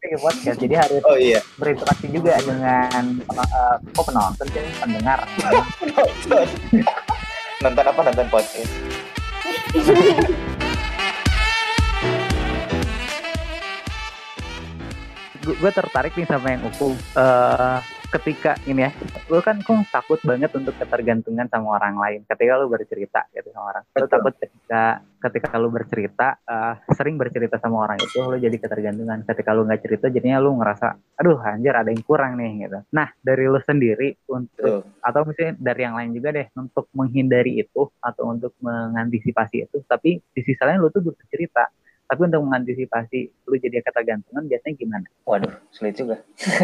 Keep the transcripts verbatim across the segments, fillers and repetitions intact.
bikin podcast, jadi harus oh, iya. berinteraksi juga dengan uh, kok penonton sih, pendengar. Nonton apa? Nonton podcast. Gue tertarik nih sama yang Uku. Uh, ketika ini ya, lu kan kok takut banget untuk ketergantungan sama orang lain. Ketika lu bercerita gitu sama orang, lu takut ketika ketika lu bercerita, uh, sering bercerita sama orang itu, lu jadi ketergantungan. Ketika lu nggak cerita, jadinya lu ngerasa, aduh anjir ada yang kurang nih gitu. Nah dari lu sendiri untuk, uh. atau misalnya dari yang lain juga deh, untuk menghindari itu atau untuk mengantisipasi itu, tapi di sisi lain lu tuh butuh cerita. Tapi untuk mengantisipasi lu jadi ketergantungan biasanya gimana? Waduh, sulit juga.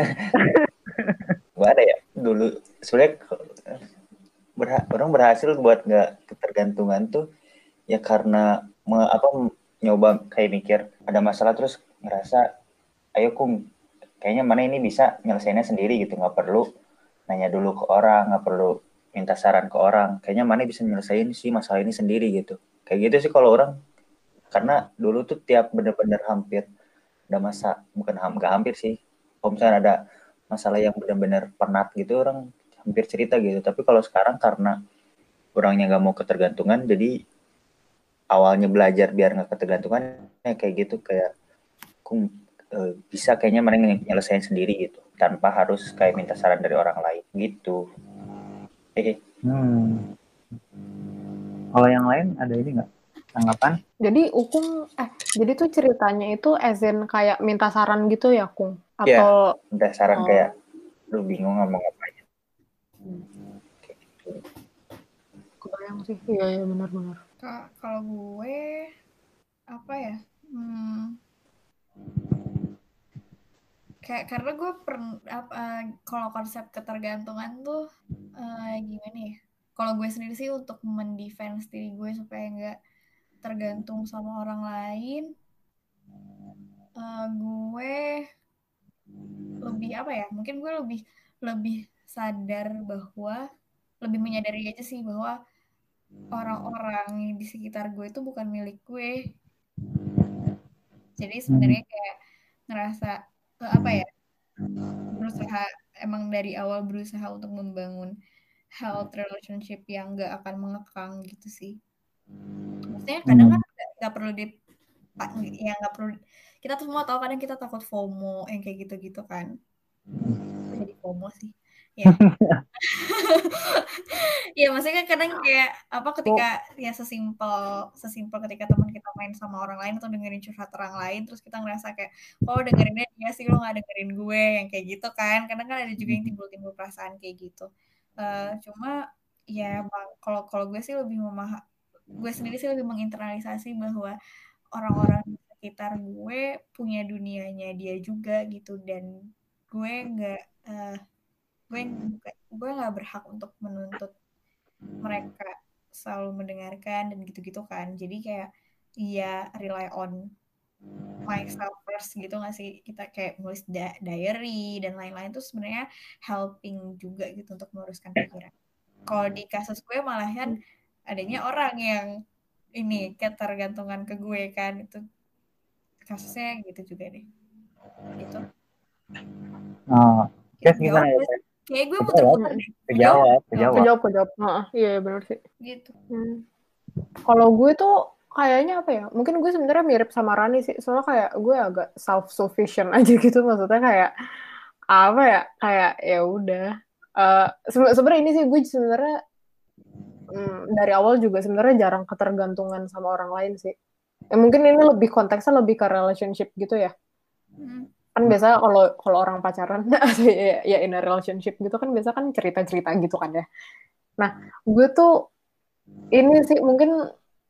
Gak ada ya dulu. Sebenarnya berha- orang berhasil buat nggak ketergantungan tuh ya karena me- apa nyoba kayak mikir ada masalah terus ngerasa, ayo kum, kayaknya mana ini bisa nyelesainnya sendiri gitu, nggak perlu nanya dulu ke orang, nggak perlu minta saran ke orang. Kayaknya mana bisa nyelesain sih masalah ini sendiri gitu. Kayak gitu sih kalau orang. Karena dulu tuh tiap bener-bener hampir ada masa, bukan nggak hampir sih, kalau misalnya ada masalah yang benar-benar penat gitu orang hampir cerita gitu. Tapi kalau sekarang karena orangnya nggak mau ketergantungan, jadi awalnya belajar biar nggak ketergantungan ya kayak gitu, kayak aku e, bisa kayaknya mereka nyelesain sendiri gitu tanpa harus kayak minta saran dari orang lain gitu. Oke. Hmm. Kalau yang lain ada ini nggak tanggapan? Jadi Ukung, eh jadi tuh ceritanya itu as in kayak minta saran gitu ya Kung? Atau ya, minta saran oh. Kayak lu bingung ngomong apa aja. Hmm. Kayak gitu. Kebayang sih, iya iya benar-benar. Kalau gue apa ya? Hmm, kayak karena gue pernah uh, kalau konsep ketergantungan tuh uh, gimana ya? Kalau gue sendiri sih untuk mendefense diri gue supaya nggak tergantung sama orang lain, uh, gue lebih apa ya? Mungkin gue lebih lebih sadar bahwa lebih menyadari aja sih bahwa orang-orang di sekitar gue itu bukan milik gue. Jadi sebenarnya kayak ngerasa uh, apa ya? berusaha emang dari awal berusaha untuk membangun health relationship yang nggak akan mengekang gitu sih. Maksudnya kadang kan nggak perlu di ya nggak perlu, kita tuh semua tahu kadang kita takut FOMO yang kayak gitu-gitu kan. Jadi FOMO sih ya. Ya maksudnya kan kadang kayak apa ketika oh. ya sesimpel sesimpel ketika teman kita main sama orang lain atau dengerin curhat orang lain terus kita ngerasa kayak oh dengerinnya dia sih lo nggak dengerin gue yang kayak gitu kan. Kadang kan ada juga yang timbul-timbul perasaan kayak gitu. Uh, cuma ya kalau kalau gue sih lebih memaham, gue sendiri sih lebih menginternalisasi bahwa orang-orang di sekitar gue punya dunianya dia juga gitu, dan gue nggak uh, gue gue nggak berhak untuk menuntut mereka selalu mendengarkan dan gitu-gitu kan. Jadi kayak ya rely on myself first gitu nggak sih, kita kayak nulis da- diary dan lain-lain tuh sebenarnya helping juga gitu untuk meluruskan pikiran. Kalau di kasus gue malahan adanya orang yang ini ketergantungan ke gue kan, itu kasusnya gitu juga deh gitu. Oh, guys gimana ya? Kayak gue muter-muter deh. Kejawab, kejawab. Kejawab, kejawab. Nah, iya benar sih. Gitu. Hmm. Kalau gue tuh kayaknya apa ya? Mungkin gue sebenarnya mirip sama Rani sih. Soalnya kayak gue agak self-sufficient aja gitu. Maksudnya kayak apa ya? Kayak ya udah. Uh, se- sebenarnya ini sih gue sebenarnya hmm, dari awal juga sebenarnya jarang ketergantungan sama orang lain sih. Ya, mungkin ini lebih konteksnya lebih ke relationship gitu ya. Hmm. Kan biasanya kalau kalau orang pacaran ya, ya in a relationship gitu kan biasa kan cerita-cerita gitu kan ya. Nah, gue tuh ini sih mungkin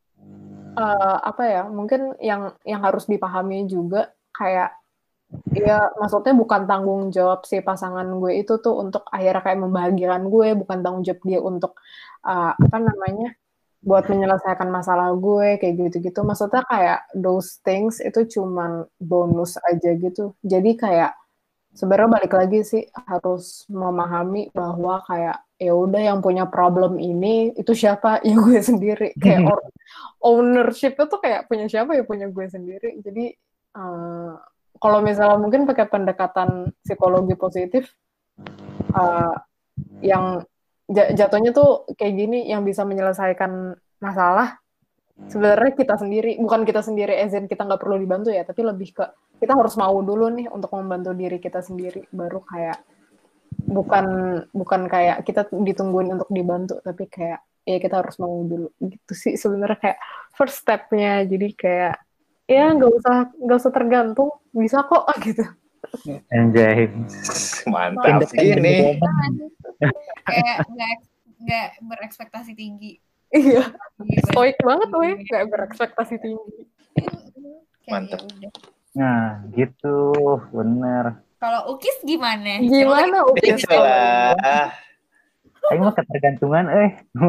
uh, apa ya? Mungkin yang yang harus dipahami juga kayak ya maksudnya bukan tanggung jawab si pasangan gue itu tuh untuk akhirnya kayak membahagiakan gue, bukan tanggung jawab dia untuk uh, apa namanya? buat menyelesaikan masalah gue kayak gitu-gitu. Maksudnya kayak those things itu cuman bonus aja gitu. Jadi kayak sebenarnya balik lagi sih harus memahami bahwa kayak ya udah yang punya problem ini itu siapa? Ya gue sendiri. Kayak ownership itu kayak punya siapa? Ya punya gue sendiri. Jadi uh, kalau misalnya mungkin pakai pendekatan psikologi positif, uh, yang jatuhnya tuh kayak gini, yang bisa menyelesaikan masalah sebenarnya kita sendiri, bukan kita sendiri ezen kita nggak perlu dibantu ya, tapi lebih ke kita harus mau dulu nih untuk membantu diri kita sendiri, baru kayak bukan bukan kayak kita ditungguin untuk dibantu, tapi kayak ya kita harus mau dulu gitu sih sebenarnya, kayak first step-nya. Jadi kayak ya nggak usah nggak usah tergantung, bisa kok gitu. Anjay, mantap gini. Kayak nggak nggak berekspektasi tinggi. Iya, stoik banget weh, nggak berekspektasi tinggi. Mantap. Nah, gitu, bener. Kalau Ukis gimana? Gimana Ukis? Itulah. Ayo mah ketergantungan, eh.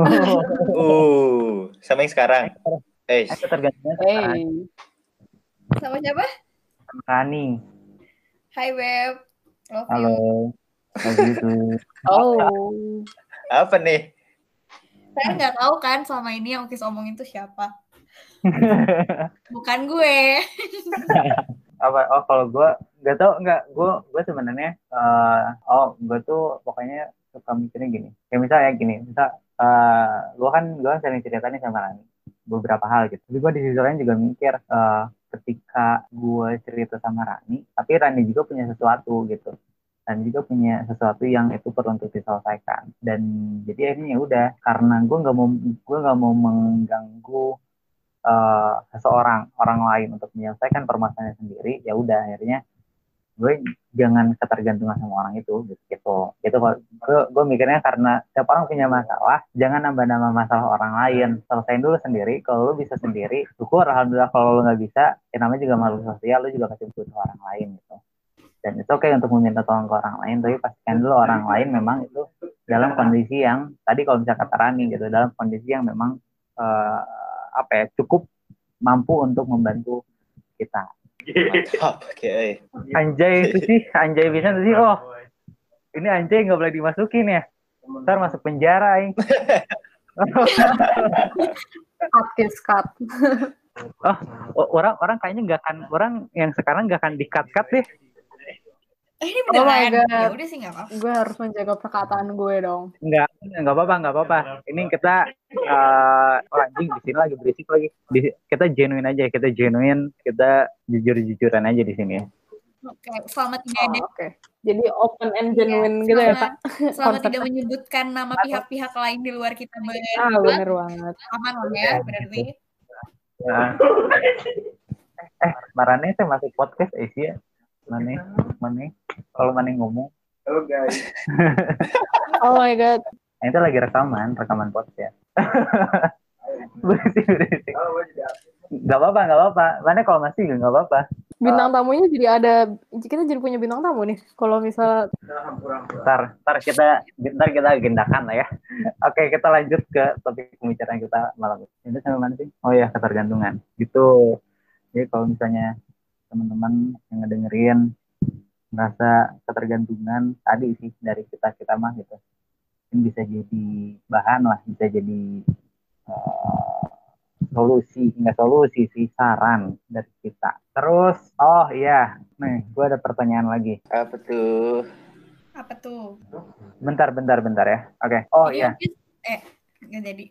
uh, sama yang sekarang. Eh, ketergantungan. Hey. Sama siapa? Sama Rani. Hai Web. Love Halo. Love you too. Oh. Apa nih? Saya nggak tahu kan selama ini yang Ukis omongin tuh siapa. Bukan gue. Apa? Oh, kalau gue nggak tahu, nggak gue gue sebenarnya uh, oh gue tuh pokoknya suka mikirnya gini. Kayak misalnya gini, misal uh, gue kan gue sering ceritanya sama Rani beberapa hal gitu. Tapi gue di sisi lain juga mikir uh, ketika gue cerita sama Rani, tapi Rani juga punya sesuatu gitu. Dan juga punya sesuatu yang itu perlu untuk diselesaikan. Dan jadi akhirnya ya udah, karena gue nggak mau gue nggak mau mengganggu uh, seseorang orang lain untuk menyelesaikan permasalahannya sendiri, ya udah akhirnya gue jangan ketergantungan sama orang itu gitu gitu, gitu. Gue gue mikirnya karena setiap orang punya masalah, jangan nambah-nambah masalah orang lain, selesain dulu sendiri. Kalau lu bisa sendiri, syukur, alhamdulillah. Kalau lu nggak bisa, ya namanya juga makhluk sosial, lu juga kasih butuh orang lain gitu. Dan itu oke okay untuk meminta tolong ke orang lain, tapi pastikan dulu orang lain memang itu dalam kondisi yang tadi kalau misalnya kata Rani gitu, dalam kondisi yang memang uh, apa ya, cukup mampu untuk membantu kita. Mantap, oke. Okay. Anjay itu sih, anjay bisa sih. Oh, ini anjay nggak boleh dimasukin ya, ntar masuk penjara ini. Cut kiss cut. Oh, orang orang kayaknya nggak akan, orang yang sekarang nggak akan di cut cut deh. Eh, ini beneran? Oh ya udah sih nggak apa-apa. Gue harus menjaga perkataan gue dong. Enggak, enggak apa-apa, enggak apa-apa. Ini kita uh, oh anjing di sini lagi berisik lagi. Di, kita genuine aja, kita genuine, kita jujur-jujuran aja di sini ya. Oke, okay. Selamat tidak ada. Oh, Oke. Okay. Jadi open and genuine ya, gitu ya, Pak. Selamat tidak menyebutkan nama pihak-pihak lain di luar kita berempat. Ah, bener banget. Aman lah ya, berarti. Nah. Eh, Marane saya masuk podcast Asia. Mane, Mane, kalau Mane ngomong. Oh guys. Oh my god. Nah, itu lagi rekaman, rekaman podcast. Berisik, berisik. Gak apa-apa, gak apa-apa. Mana kalau masih gak apa-apa. Bintang tamunya jadi ada, kita jadi punya bintang tamu nih. Kalau misal Ntar, ntar kita, ntar kita agendakan lah ya. Oke, kita lanjut ke topik pembicaraan kita malam ini. Itu sama mana sih? Oh ya, ketergantungan. Gitu. Jadi kalau misalnya teman-teman yang ngedengerin merasa ketergantungan tadi sih dari kita-kita mah gitu, ini bisa jadi bahan lah, bisa jadi uh, solusi, enggak solusi sih, saran dari kita. Terus, oh iya, nih gue ada pertanyaan lagi. Apa tuh? Apa tuh? Bentar, bentar, bentar ya. Oke. Okay. Oh iya. Eh, nggak jadi.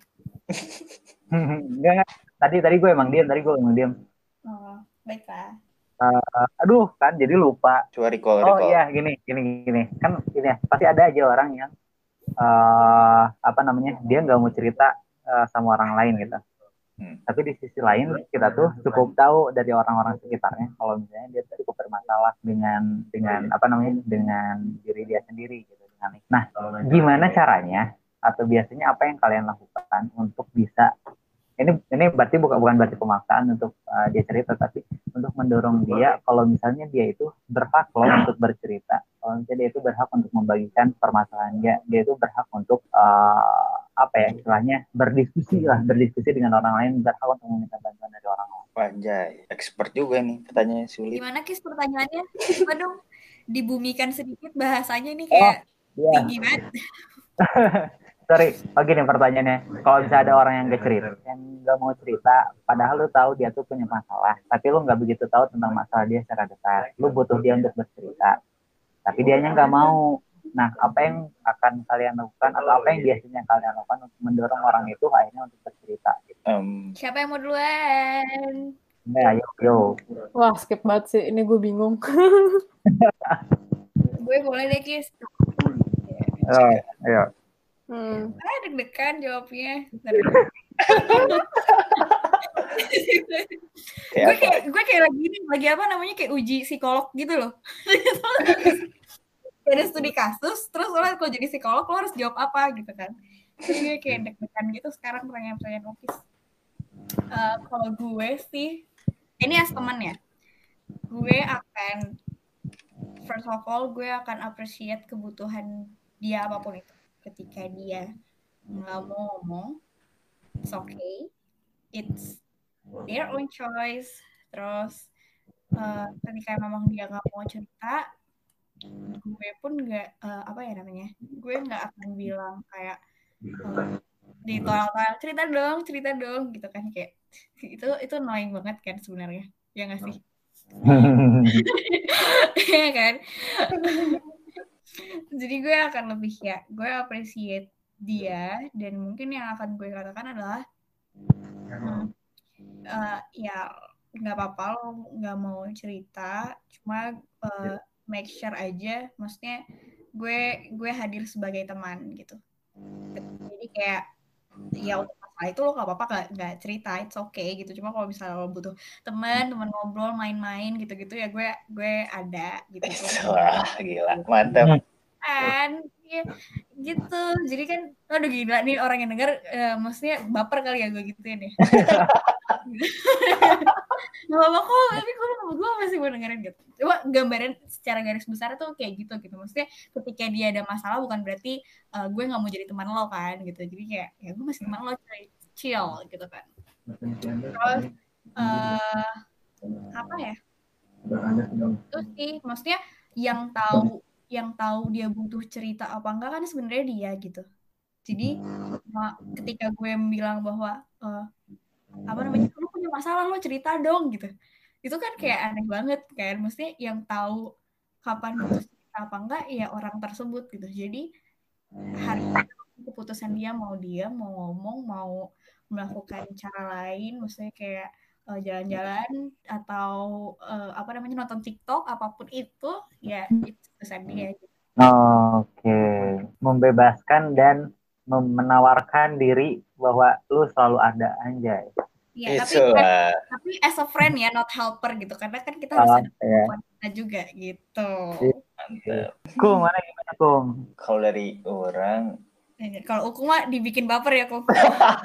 Enggak, tadi tadi gue emang diam, tadi gue emang diam. Oh, baiklah. Uh, aduh kan jadi lupa. Coba recall, oh recall. iya gini gini gini kan gini ya, pasti ada aja orang yang uh, apa namanya, dia nggak mau cerita uh, sama orang lain gitu. Hmm. Tapi di sisi lain kita tuh cukup tahu dari orang-orang sekitarnya kalau misalnya dia tuh cukup bermasalah dengan dengan apa namanya, dengan diri dia sendiri gitu. Dengan, nah gimana caranya atau biasanya apa yang kalian lakukan untuk bisa, ini ini berarti bukan bukan berarti pemaksaan untuk uh, dia cerita, tapi untuk mendorong dia kalau misalnya dia itu berhak loh untuk bercerita, kalau misalnya dia itu berhak untuk membagikan permasalahan dia, dia itu berhak untuk uh, apa ya istilahnya, berdiskusi lah, berdiskusi dengan orang lain, berhak untuk meminta bantuan dari orang lain. Wajah, expert juga nih, pertanyaannya sulit. Gimana Kis pertanyaannya? Coba dong dibumikan sedikit bahasanya nih kayak oh, yeah. tinggi banget. sorry, oh gini pertanyaannya. Kalau bisa ada orang yang gak cerita, yang gak mau cerita, padahal lu tahu dia tuh punya masalah, tapi lu nggak begitu tahu tentang masalah dia secara dekat. Lu butuh dia untuk bercerita, tapi dianya nggak mau. Nah, apa yang akan kalian lakukan atau apa yang biasanya kalian lakukan untuk mendorong orang itu akhirnya untuk bercerita? Gitu. Um, Siapa yang mau duluan? Nah, yo, yo. Wah, skip banget sih. Ini gue bingung. Gue boleh deh, Kis. Oh, ayo. Hmm. Ah, deg-degan jawabnya. gue kayak gue kayak lagi ini lagi apa namanya kayak uji psikolog gitu loh. Ada studi kasus, terus lo kalau jadi psikolog lo harus jawab apa gitu kan. Jadi gue kayak deg-degan gitu sekarang pertanyaan-pertanyaan office. Uh, kalau gue sih, ini as teman ya, gue akan first of all gue akan appreciate kebutuhan dia apapun itu. Ketika dia nggak mau ngomong, it's okay, it's their own choice. Terus uh, ketika memang dia nggak mau cerita, gue pun nggak uh, apa ya namanya, gue nggak akan bilang kayak uh, ditolak-tolak cerita dong, cerita dong gitu kan, kayak itu itu annoying banget kan sebenarnya, ya nggak sih? Iya kan? Jadi gue akan lebih ya, gue appreciate dia, dan mungkin yang akan gue katakan adalah hmm, uh, ya nggak apa-apa lo nggak mau cerita, cuma uh, make sure aja, maksudnya gue gue hadir sebagai teman gitu. Jadi kayak ya untuk masalah itu lo nggak apa-apa nggak nggak cerita, it's okay gitu. Cuma kalau misalnya lo butuh teman teman ngobrol main-main gitu-gitu ya gue gue ada gitu. Wah gila mantap. Kan ya, gitu. Jadi kan aduh gila nih orang yang denger uh, maksudnya baper kali ya gue gituin ya. Gak apa-apa kok, tapi gue, gue masih mau dengerin gitu. Coba gambaran secara garis besar tuh kayak gitu gitu. Maksudnya ketika dia ada masalah bukan berarti uh, gue gak mau jadi teman lo kan gitu. Jadi kayak ya gue masih teman lo, chill gitu kan. Terus uh, apa ya, itu sih maksudnya yang tahu yang tahu dia butuh cerita apa enggak kan sebenarnya dia gitu. Jadi uh, ketika gue bilang bahwa uh, apa namanya, lu punya masalah lo cerita dong gitu, itu kan kayak aneh banget kan. Maksudnya yang tahu kapan butuh cerita apa enggak ya orang tersebut gitu. Jadi hari keputusan dia mau diam, mau ngomong, mau melakukan cara lain, maksudnya kayak uh, jalan-jalan atau uh, apa namanya nonton TikTok, apapun itu ya itu keputusan dia gitu. Oke, okay. Membebaskan dan menawarkan diri bahwa lu selalu ada, anjay. Ya, tapi as, tapi as a friend ya, not helper gitu. Karena kan kita harus oh, ada kemampuan yeah. kita juga gitu. Mantap. Kung, mana gimana Kung? Kalau dari orang, kalau Ukung mah dibikin baper ya Kung.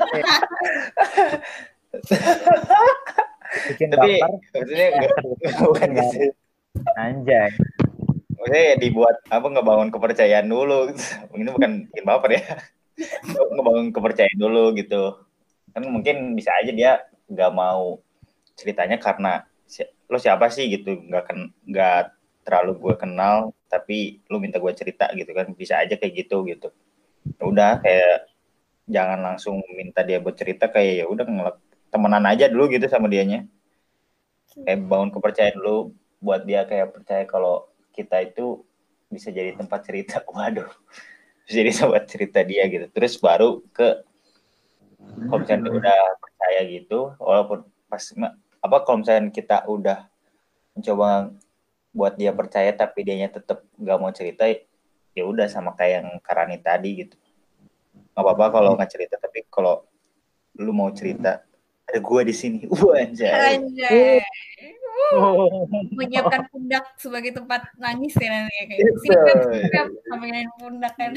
Bikin tapi baper. maksudnya bukan gitu. Anjay. Maksudnya ya dibuat apa, ngebangun kepercayaan dulu. Ini bukan bikin baper ya. Ngebangun kepercayaan dulu gitu. Kan mungkin bisa aja dia nggak mau ceritanya karena lo siapa sih gitu, nggak ken nggak terlalu gue kenal tapi lo minta gue cerita gitu kan, bisa aja kayak gitu gitu. Udah kayak jangan langsung minta dia buat cerita, kayak ya udah temenan aja dulu gitu sama dianya, kayak bangun kepercayaan dulu buat dia, kayak percaya kalau kita itu bisa jadi tempat cerita. Waduh, bisa jadi tempat cerita dia gitu. Terus baru ke kalau misalnya udah percaya gitu, walaupun pas apa kalau misalnya kita udah mencoba buat dia percaya tapi dianya tetap nggak mau cerita, ya udah sama kayak yang Karani tadi gitu. Nggak apa-apa kalau nggak cerita, tapi kalau lu mau cerita, ada gua di sini. Wah, anjay. Anjay. Uh, menyiapkan pundak sebagai tempat nangis ya nanti ya, kayak siap siap sambilin pundak kan.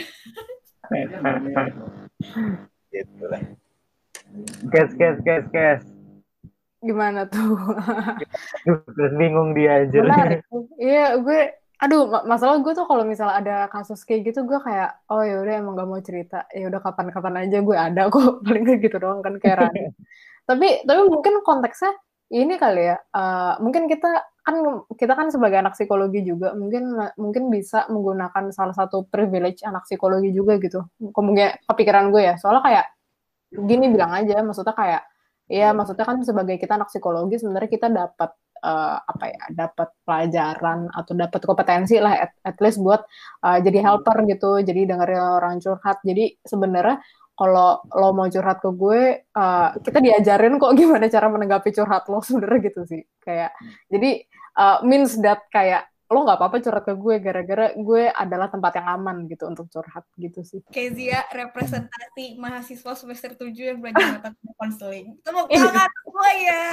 Gitu lah. Kes, kes, kes, kes. Gimana tuh? Terus bingung dia aja. Iya, gue, aduh, masalah gue tuh kalau misalnya ada kasus kayak gitu, gue kayak, oh ya udah emang gak mau cerita, ya udah kapan-kapan aja gue ada kok, paling kayak gitu doang kan kayak Rani. tapi, tapi mungkin konteksnya ini kali ya, uh, mungkin kita kan kita kan sebagai anak psikologi juga mungkin mungkin bisa menggunakan salah satu privilege anak psikologi juga gitu. Kemungkinan kepikiran gue ya. Soalnya kayak gini bilang aja, maksudnya kayak ya maksudnya kan sebagai kita anak psikologi sebenarnya kita dapat uh, apa ya, dapat pelajaran atau dapat kompetensi lah at, at least buat uh, jadi helper gitu, jadi dengerin orang curhat. Jadi sebenarnya kalau lo mau curhat ke gue, uh, kita diajarin kok gimana cara menanggapi curhat lo sebenarnya gitu sih. Kayak jadi uh, means that kayak lo nggak apa-apa curhat ke gue gara-gara gue adalah tempat yang aman gitu untuk curhat gitu sih. Kezia representasi mahasiswa semester tujuh yang belajar mata kuliah konseling. Tepuk tangan semua ya.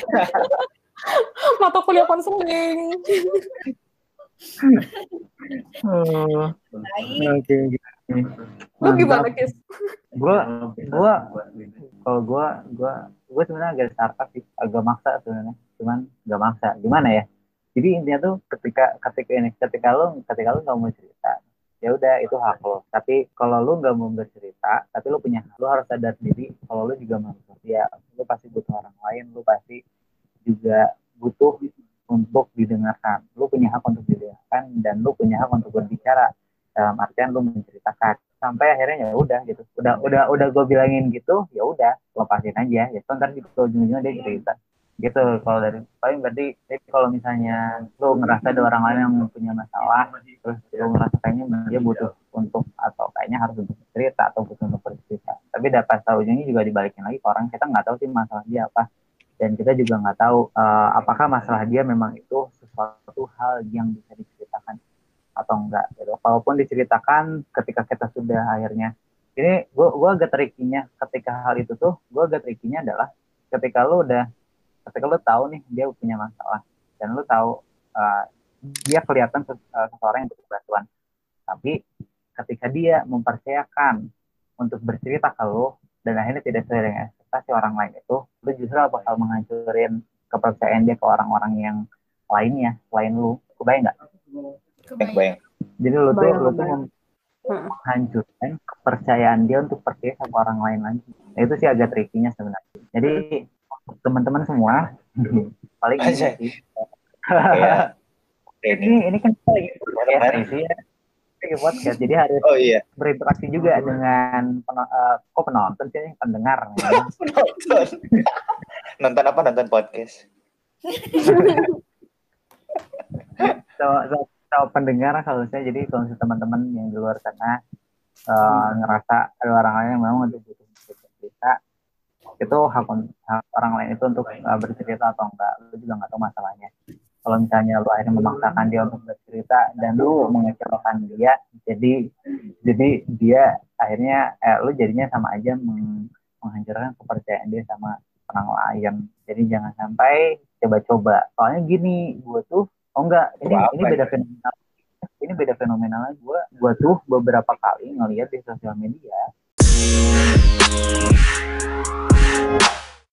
Mata kuliah konseling. Oke. Lu gimana, Kis? Gue, gue, kalau gue, gue, gue sebenarnya agak sarkas sih, agak maksa sebenarnya, cuman gak maksa. Gimana ya? Jadi intinya tuh ketika, ketika ini, ketika lo, ketika lo nggak mau cerita, ya udah itu hak lo. Tapi kalau lo nggak mau bercerita, tapi lo punya hak, lo harus sadar diri kalau lo juga manusia. Ya, lo pasti butuh orang lain, lo pasti juga butuh untuk didengarkan. Lo punya hak untuk didengarkan dan lo punya hak untuk berbicara. Dalam artian lo menceritakan. Sampai akhirnya ya udah gitu. Udah udah udah gue bilangin gitu, ya udah lepasin aja. Ya ntar gitu ujung-ujungnya dia cerita. Gitu kalau dari paling berarti jadi kalau misalnya lo ngerasa ada orang lain yang punya masalah, terus lo ngerasa kayaknya dia butuh untuk atau kayaknya harus untuk cerita atau butuh untuk bercerita. Tapi dapat tahu ujungnya juga dibalikin lagi ke orang, kita nggak tahu sih masalah dia apa. Dan kita juga nggak tahu uh, apakah masalah dia memang itu sesuatu hal yang bisa diceritakan atau enggak. Gitu. Walaupun diceritakan ketika kita sudah akhirnya, ini gue gue agak trikinya ketika hal itu tuh, gue agak trikinya adalah ketika lo udah, ketika lo tahu nih dia punya masalah dan lo tahu uh, dia kelihatan ses, uh, seseorang yang butuh bantuan, tapi ketika dia mempercayakan untuk bercerita ke lo dan akhirnya tidak sesuai dengan ekspektasi orang lain itu, lo justru bakal menghancurin kepercayaan dia ke orang-orang yang lainnya selain lo. Kebayang nggak? Kebayang. Jadi lo tuh lo tuh menghancurkan kepercayaan dia untuk percaya sama orang lain lagi. Nah, itu sih agak trikinya sebenarnya. Jadi teman-teman semua paling ini sih. Ya. ini ini kan lagi podcast sih ya. Lagi podcast. Jadi harus oh, iya. berinteraksi juga dengan uh, kok penonton sih, pendengar. Ya. Penonton. Nonton apa? Nonton podcast. so, so, so pendengar kalau saya, jadi kalau teman-teman yang di luar sana uh, ngerasa ada orang lain yang memang untuk butuh cerita, itu hak, hak orang lain itu untuk uh, bercerita atau enggak, lu juga nggak tahu masalahnya. Kalau misalnya lu akhirnya memaksakan dia untuk bercerita dan lu mengecewakan dia, jadi jadi dia akhirnya eh, lu jadinya sama aja meng, menghancurkan kepercayaan dia sama orang lain. Jadi jangan sampai coba-coba. Soalnya gini, gue tuh oh enggak, ini Apa ini beda fenomenal. Ini beda fenomenalnya gue. Gue tuh beberapa kali ngeliat di sosial media